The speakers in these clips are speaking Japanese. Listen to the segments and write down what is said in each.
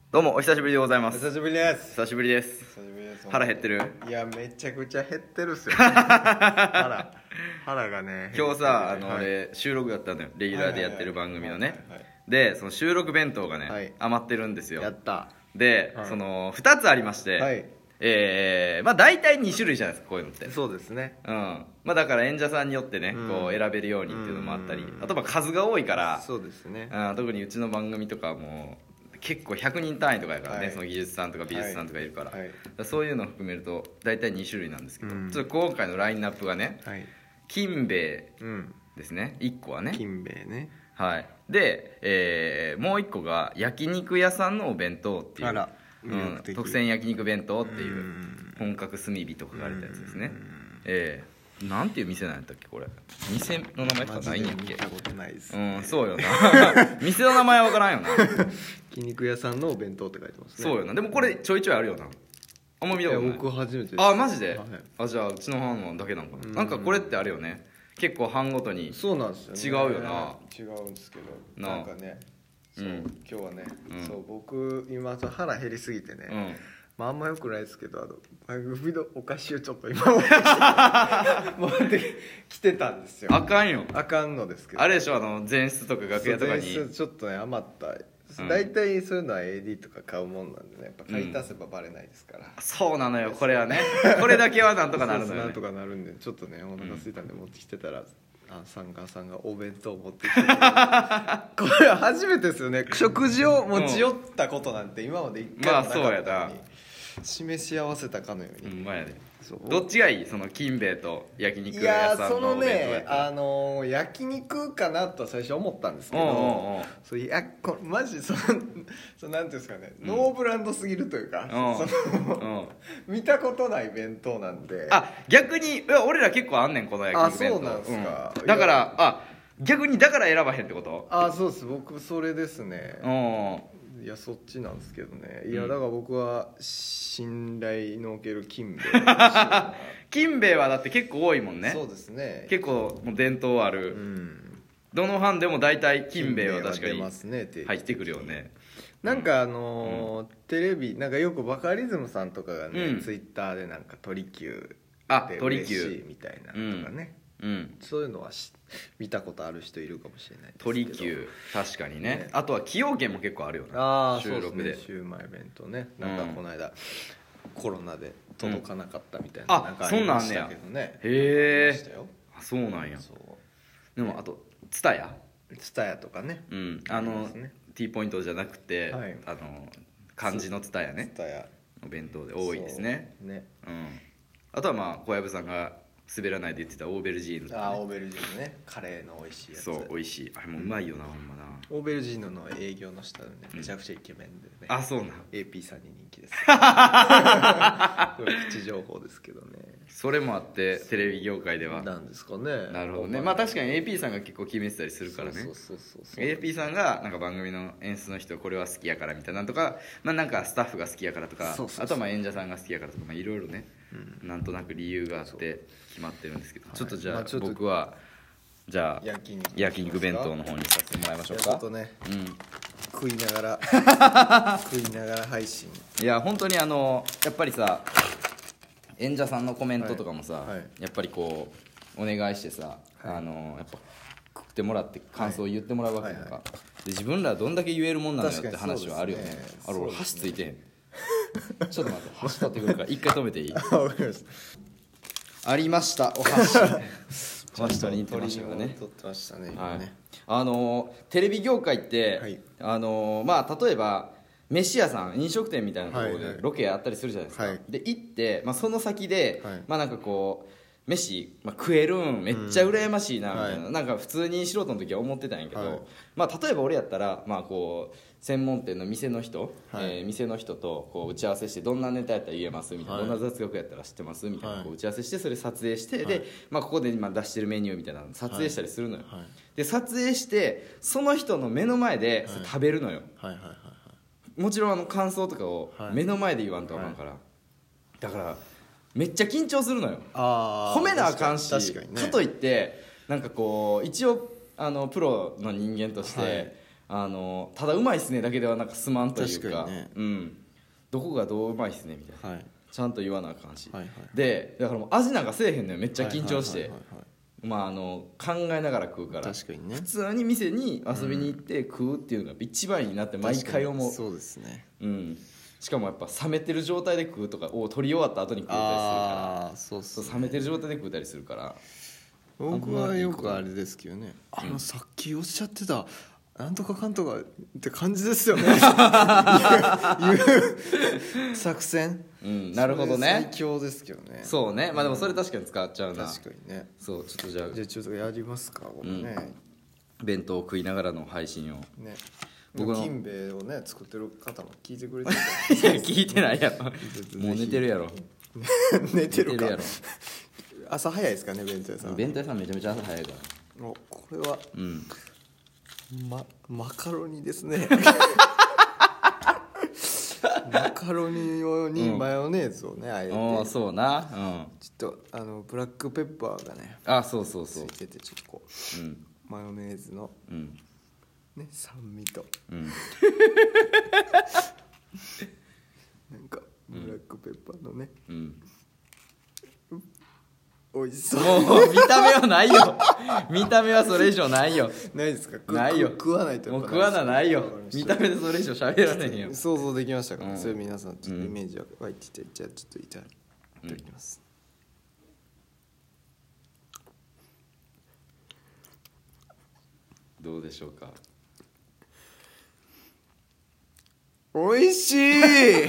どうもお久しぶりでございます。 久しぶりです。 久しぶりです。 久しぶりです。 腹減ってる？ いや、めちゃくちゃ減ってるっすよ、腹がね。 今日さ、 はい、 俺収録だったのよ、レギュラーでやってる番組のね。 はいはいはい、 でその収録弁当がね、 はい、 余ってるんですよ。 やった。 で、 はい、 その2つありまして、 はい、 まあ大体2種類じゃないですか、こういうのって。 そうですね。 まあだから演者さんによってね、こう選べるようにっていうのもあったり、あとまあ数が多いから、 そうですね。 特にうちの番組とかも結構100人単位とかやからね、 はい、 その技術さんとか美術さんとかいるから、 はい、 そういうのを含めると大体2種類なんですけど、ちょっと今回のラインナップがね、はい、金兵衛ですね、1個はね、 金兵衛ね、 はい、で、もう1個が焼肉屋さんのお弁当っていう、特選焼肉弁当っていう本格炭火と書かれたやつですね。なんていう店なんやったっけ、これ店の名前とかないんやっけ。 見たことないですね。 そうよな店の名前は分からんよな焼肉屋さんのお弁当って書いてますね。 そうよな。でもこれちょいちょいあるよな。あんま見たことない。 僕初めてです。 あ、マジで、 はい、 じゃあうちの班だけなのかな。なんかこれってあるよね、結構班ごとにそうなんですよね。違うよな。違うんですけど、なんかね、そう、今日はね、そう僕今腹減りすぎてね、まあ、あんまよくないですけど、番組のお菓子をちょっと今持ってきてたんですよ。 あかんよ。 あかんのですけど、 あれでしょ、前室とか楽屋とかに前室ちょっとね余った、大体そういうのは AD とか買うもんなんでね、やっぱ買い足せばバレないですから、 そうなのよ、これはねこれだけはなんとかなるのよね。 なんとかなるんで、ちょっとねお腹空いたんで持ってきてたら、サンガーさんがお弁当を持ってきてこれは初めてですよね、食事を持ち寄ったことなんて今まで一回もなかったのに、まあそうやな、示し合わせたかのように。 やね。どっちがいい、その金兵衛と焼肉屋さんのお弁当やったら。いや、 そのね、焼肉かなとは最初思ったんですけど、マジなんていうんですかね、ノーブランドすぎるというか、見たことない弁当なんで。 逆に俺ら結構あんねん、この焼肉弁当。 そうなんですか。 だから逆にだから選ばへんってこと？ そうです、僕それですね。いや、そっちなんですけどね。いや、だから僕は信頼のおける金兵衛金兵衛はだって結構多いもんね。 そうですね、 結構もう伝統ある、どの班でも大体金兵衛は確かに入ってくるよね。 なんかテレビなんかよくバカリズムさんとかがね、ツイッターでなんか鳥久で嬉しいみたいなとかね、そういうのは見たことある人いるかもしれないですけど、 鳥久確かにね。あとは崎陽軒も結構あるよな、収録で。 シウマイ弁当ね、なんかこの間コロナで届かなかったみたいな、なんかありましたけどね。 へえ、そうなんや。でもあとツタヤとかね、 T ポイントじゃなくて漢字のツタヤね、お弁当で多いですね。あとはまあ小籔さんが滑らないで言ってたオーベルジーヌとかね。 オーベルジーヌね、カレーの美味しいやつ。 そう、美味しい。あれもうまいよな、ほんまな。 オーベルジーヌの営業の人はね、めちゃくちゃイケメンでね。 そうなん。 AP さんに人気です。プチ情報ですけどね。 それもあってテレビ業界ではなんですかね。 なるほどね。まあ確かに AP さんが結構決めてたりするからね。AP さんがなんか番組の演出の人これは好きやからみたいなとか、まあなんかスタッフが好きやからとか、あとはまあ演者さんが好きやからとか、まあいろいろね、なんとなく理由があって決まってるんですけど、ちょっとじゃあ僕はじゃあ焼肉弁当の方にさせてもらいましょうか。 ちょっとね、食いながら配信。いや本当にやっぱりさ、演者さんのコメントとかもさ、やっぱりこうお願いしてさ、やっぱ食ってもらって感想を言ってもらうわけとかで、自分らどんだけ言えるもんなのよって話はあるよね。俺箸ついてへんちょっと待って、箸取ってくるから一回止めていい？ありました、お箸箸取りに行ってましたからね。 取ってましたね。 テレビ業界って、まあ例えば飯屋さん、飲食店みたいなところでロケやったりするじゃないですか。で行って、その先で、なんかこう飯、食えるんめっちゃ羨ましいなみたいな、なんか普通に素人の時は思ってたんやけど、例えば俺やったらこう専門店の店の人、店の人とこう打ち合わせして、どんなネタやったら言えますみたいな、どんな雑学やったら知ってますみたいな、こう打ち合わせして、それ撮影して、で、ここで今出してるメニューみたいなの撮影したりするのよ。で撮影してその人の目の前で食べるのよ。もちろん感想とかを目の前で言わんとあかんから、だからめっちゃ緊張するのよ。褒めなあかんし、かといってなんかこう一応プロの人間として、 ただうまいっすねだけではなんかすまんというか、 確かにね、 うん、どこがどううまいっすねみたいな、 はい、 ちゃんと言わなあかんし、 はいはい、 でだからもう味なんかせえへんのよめっちゃ緊張して、 はいはいはいはい、 まあ考えながら食うから確かにね、 普通に店に遊びに行って食うっていうのが一番いいなって毎回思う。 そうですね、 うん、しかもやっぱ冷めてる状態で食うとかを取り終わった後に食うたりするから、 そうっすね、 冷めてる状態で食うたりするから。 僕はよくあれですけどね、さっきおっしゃってたなんとかかんとかって感じですよねいう作戦、 うん、なるほどね、 最強ですけどね。 そうね、まあでもそれ確かに使っちゃうな。 確かにね。 そうちょっとじゃあちょっとやりますかこれね、 弁当を食いながらの配信をね、 僕の金兵衛をね作ってる方も聞いてくれてるいや聞いてないやろもう寝てるやろ寝てるかやろ朝早いですかね弁当屋さん。 弁当屋さんめちゃめちゃ朝早いからおこれは、 うん、 マカロニですねマカロニ用にマヨネーズをね、あえてそうな、うん、 ちょっとブラックペッパーがねそうそうそうついててちょっとこう、 うん、 マヨネーズの、 うん、 ね酸味と、 うん、 なんかブラックペッパーのね、 うん、 美味しそう。 もう見た目はないよ見た目はそれ以上ないよ。 ないですか。 ないよ。 食わないともう食わないよ。見た目でそれ以上喋られへんよ。 想像できましたから、 うん、 それ皆さんちょっとイメージ湧いてて、じゃあちょっといただきます、 どうでしょうか。 美味しい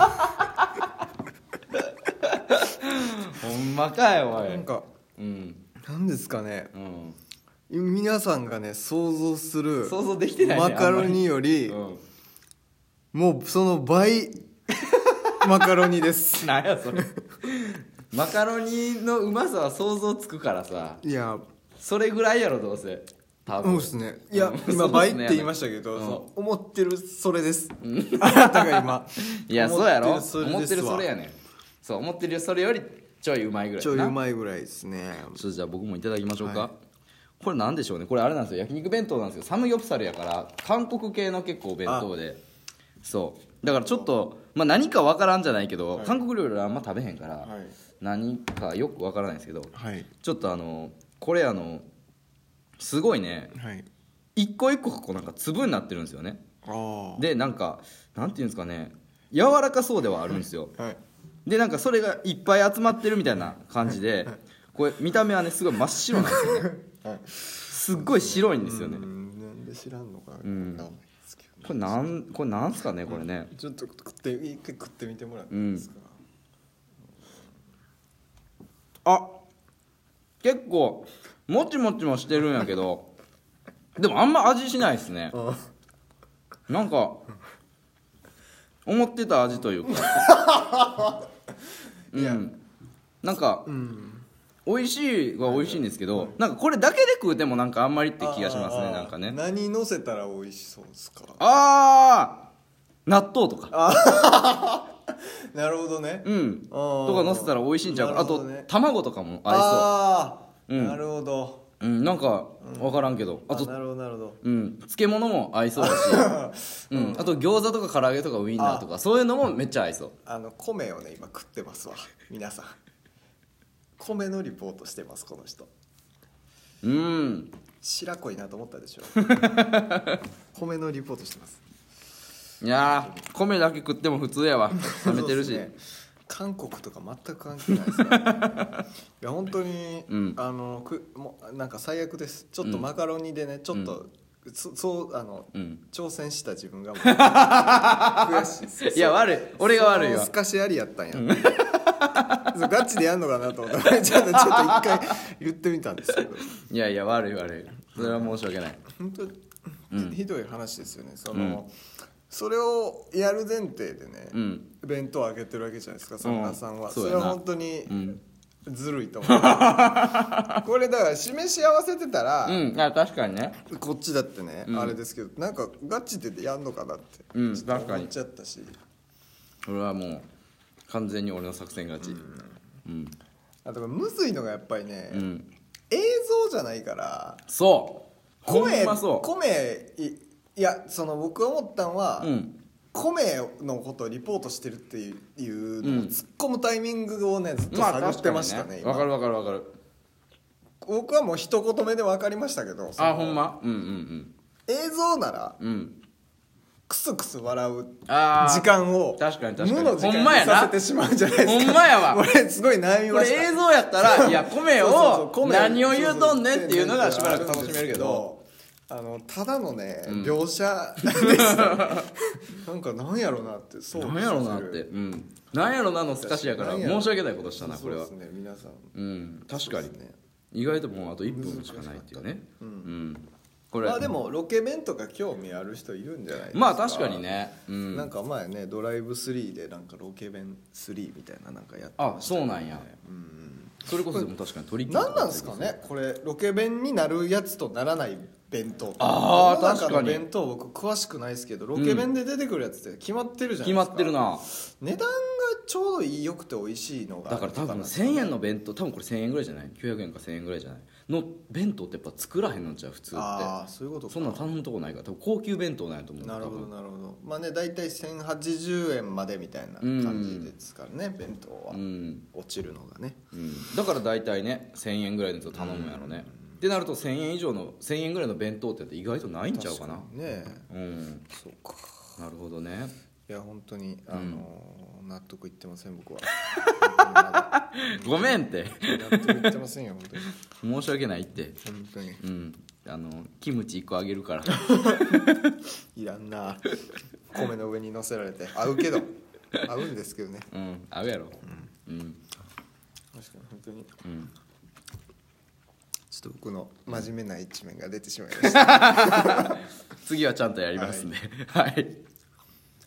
ほんまかよおい。 なんか、 うん、 なんですかね、 うん、 皆さんがね想像する想像できてない、ね、 マカロニより、 うん、 もうその倍マカロニですなんやそれマカロニのうまさは想像つくからさ。 いやそれぐらいやろどうせ多分。 そうですね。いや、今倍って言いましたけど、 うん、 そう思ってるそれです、あなたが今いやそうやろ、 思ってるそれやねん。そう思ってるそれよりちょいうまいぐらいな。 ちょいうまいぐらいですね。 ちょっとじゃあ僕もいただきましょうか、 はい、 これなんでしょうね。これあれなんですよ、焼肉弁当なんですよ。サムギョプサルやから韓国系の結構弁当で、そうだからちょっと、まあ、何か分からんじゃないけど、はい、韓国料理はあんま食べへんから、はい、何かよく分からないんですけど、はい、ちょっとこれすごいね、はい、一個一個こうなんか粒になってるんですよね。でなんかなんていうんですかね、柔らかそうではあるんですよ、はい、でなんかそれがいっぱい集まってるみたいな感じで、これ見た目はねすごい真っ白なんですよね、はい、すっごい白いんですよね。 なんで知らんのかな、 これなんすかねこれね、 ちょっと一回食ってみてもらっていいですか、 結構もちもちもしてるんやけどでもあんま味しないですね。なんか思ってた味というかなんか、美味しいは美味しいんですけど、なんかこれだけで食うてもなんかあんまりって気がしますね。なんかね、 何乗せたら美味しそうですか。 納豆とかなるほどね、 とか乗せたら美味しいんちゃうか、あと卵とかも合いそう。 なるほど、 なんか分からんけど、あとなるほどなるほど、 漬物も合いそうだしあと餃子とか唐揚げとかウインナーとかそういうのもめっちゃ合いそう。 米をね今食ってますわ皆さん。米のリポートしてますこの人。白濃いなと思ったでしょ米のリポートしてます。 いや米だけ食っても普通やわ冷めてるし、ね、 韓国とか全く関係ないですからいや本当に、もうなんか最悪です。ちょっとマカロニでねちょっと、挑戦した自分がもう悔しいです。 いや悪い、俺が悪いわ。 すかしありやったんやガチでやんのかなと思ったらちょっと一回言ってみたんですけどいやいや悪いそれは申し訳ない。 本当ひどい話ですよね。それをやる前提でね、弁当をあげてるわけじゃないですか、サンガさんは。それは本当にずるいと思うこれだから示し合わせてたら、 確かにねこっちだってね、あれですけど、なんかガチでやんのかなってちょっと思っちゃったし、 俺はもう完全に俺の作戦勝ち。 あとむずいのがやっぱりね、映像じゃないから、 そう米いや僕が思ったのは、 うん米のことをリポートしてるっていうのを突っ込むタイミングをねずっと探ってましたね。 わかるわかるわかる。 僕はもう一言目で分かりましたけど、 あほんまうんうんうん映像ならうんクスクス笑うあ時間を確かに確かに無の時間にほんまやなさせてしまうんじゃないですか。 ほんまやわこれすごい悩みこれました。 映像やったらいや米そうそうを米何を言うとんねんっていうのがしばらく楽しめるけど、 ただのね、描写ですなんかなんやろなってなんやろなってなんやろなのすかしやから申し訳ないことしたなこれは。 そうですね皆さん。 確かに意外ともうあと1分しかないっていうね。これまあでもロケ弁とか興味ある人いるんじゃないですか。 まあ確かにね。 なんか前ねドライブ3でなんかロケ弁3みたいななんかやってあそうなんや。それこそでも確かにトリッキー何なんですかねこれロケ弁になるやつとならない弁当。 ああ確かに弁当僕詳しくないですけどロケ弁で出てくるやつって決まってるじゃないですか。 決まってるな。 値段がちょうどよくて美味しいのがだから多分1000円の弁当多分これ1000円ぐらいじゃない900円か1000円ぐらいじゃないの弁当ってやっぱ作らへんのちゃう普通って。 ああそういうことか。 そんなん頼むとこないから多分高級弁当なんやと思う。 なるほどなるほど。まあね大体1080円までみたいな感じですからね、弁当は、落ちるのがね、 だから大体ね1000円ぐらいのやつを頼むんやろね、ってなると1000円以上の1000円ぐらいの弁当って意外とないんちゃうかな。 ねそうか。 なるほどね。 いや本当に納得いってません僕はまごめんって納得いってませんよ本当に申し訳ないって本当にキムチ1個あげるからいらんな米の上に乗せられて合うけど合うんですけどね合うやろ。 確かに本当にちょっと僕の真面目な一面が出てしまいました次はちゃんとやりますんではい